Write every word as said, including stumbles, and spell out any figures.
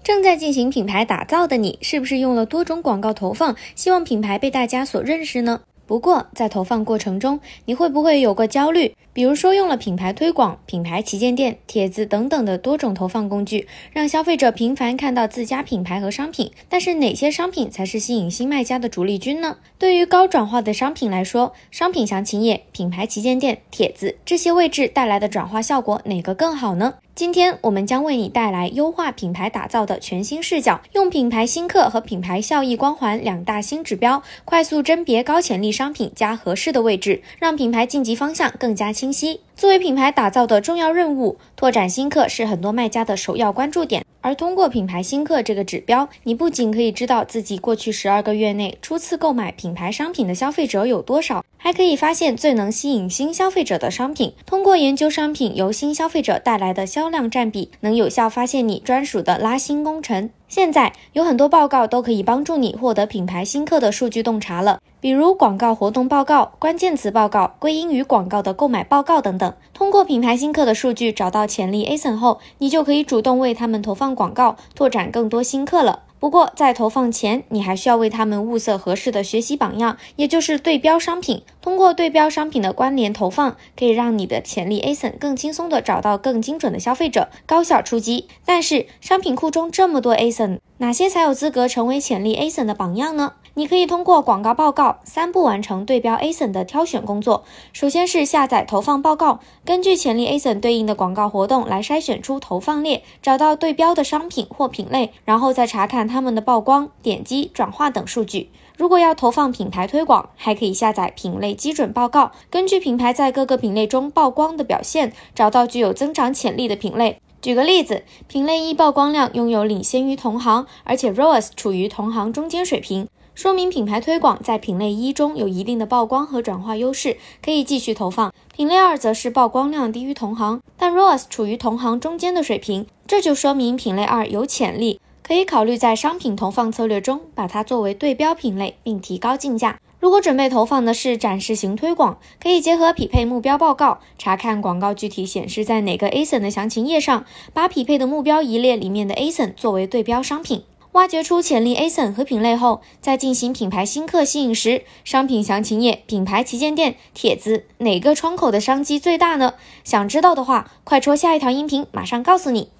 正在进行品牌打造的你，是不是用了多种广告投放，希望品牌被大家所认识呢？不过在投放过程中，你会不会有过焦虑？比如说用了品牌推广、品牌旗舰店、帖子等等的多种投放工具，让消费者频繁看到自家品牌和商品，但是哪些商品才是吸引新卖家的主力军呢？对于高转化的商品来说，商品详情页、品牌旗舰店、帖子这些位置带来的转化效果哪个更好呢？今天我们将为你带来优化品牌打造的全新视角，用品牌新客和品牌效益光环两大新指标，快速甄别高潜力商品加合适的位置，让品牌晋级方向更加清晰。作为品牌打造的重要任务，拓展新客是很多卖家的首要关注点。而通过品牌新客这个指标，你不仅可以知道自己过去十二个月内初次购买品牌商品的消费者有多少，还可以发现最能吸引新消费者的商品。通过研究商品由新消费者带来的销量占比，能有效发现你专属的拉新工程。现在有很多报告都可以帮助你获得品牌新客的数据洞察了，比如广告活动报告、关键词报告、归因于广告的购买报告等等。通过品牌新客的数据找到潜力 A S I N 后，你就可以主动为他们投放广告，拓展更多新客了。不过在投放前，你还需要为他们物色合适的学习榜样，也就是对标商品。通过对标商品的关联投放，可以让你的潜力 A S I N 更轻松地找到更精准的消费者，高效出击。但是商品库中这么多 A S I N， 哪些才有资格成为潜力 A S I N 的榜样呢？你可以通过广告报告三步完成对标 A S I N 的挑选工作。首先是下载投放报告，根据潜力 A S I N 对应的广告活动来筛选出投放列，找到对标的商品或品类，然后再查看他们的曝光、点击、转化等数据。如果要投放品牌推广，还可以下载品类基准报告，根据品牌在各个品类中曝光的表现，找到具有增长潜力的品类。举个例子，品类一曝光量拥有领先于同行，而且 R O A S 处于同行中间水平，说明品牌推广在品类一中有一定的曝光和转化优势，可以继续投放。品类二则是曝光量低于同行，但 R O A S 处于同行中间的水平，这就说明品类二有潜力，可以考虑在商品投放策略中把它作为对标品类，并提高竞价。如果准备投放的是展示型推广，可以结合匹配目标报告，查看广告具体显示在哪个 A S I N 的详情页上，把匹配的目标一列里面的 A S I N 作为对标商品。挖掘出潜力 A S I N 和品类后，在进行品牌新客吸引时，商品详情页、品牌旗舰店、帖子哪个窗口的商机最大呢？想知道的话，快戳下一条音频，马上告诉你。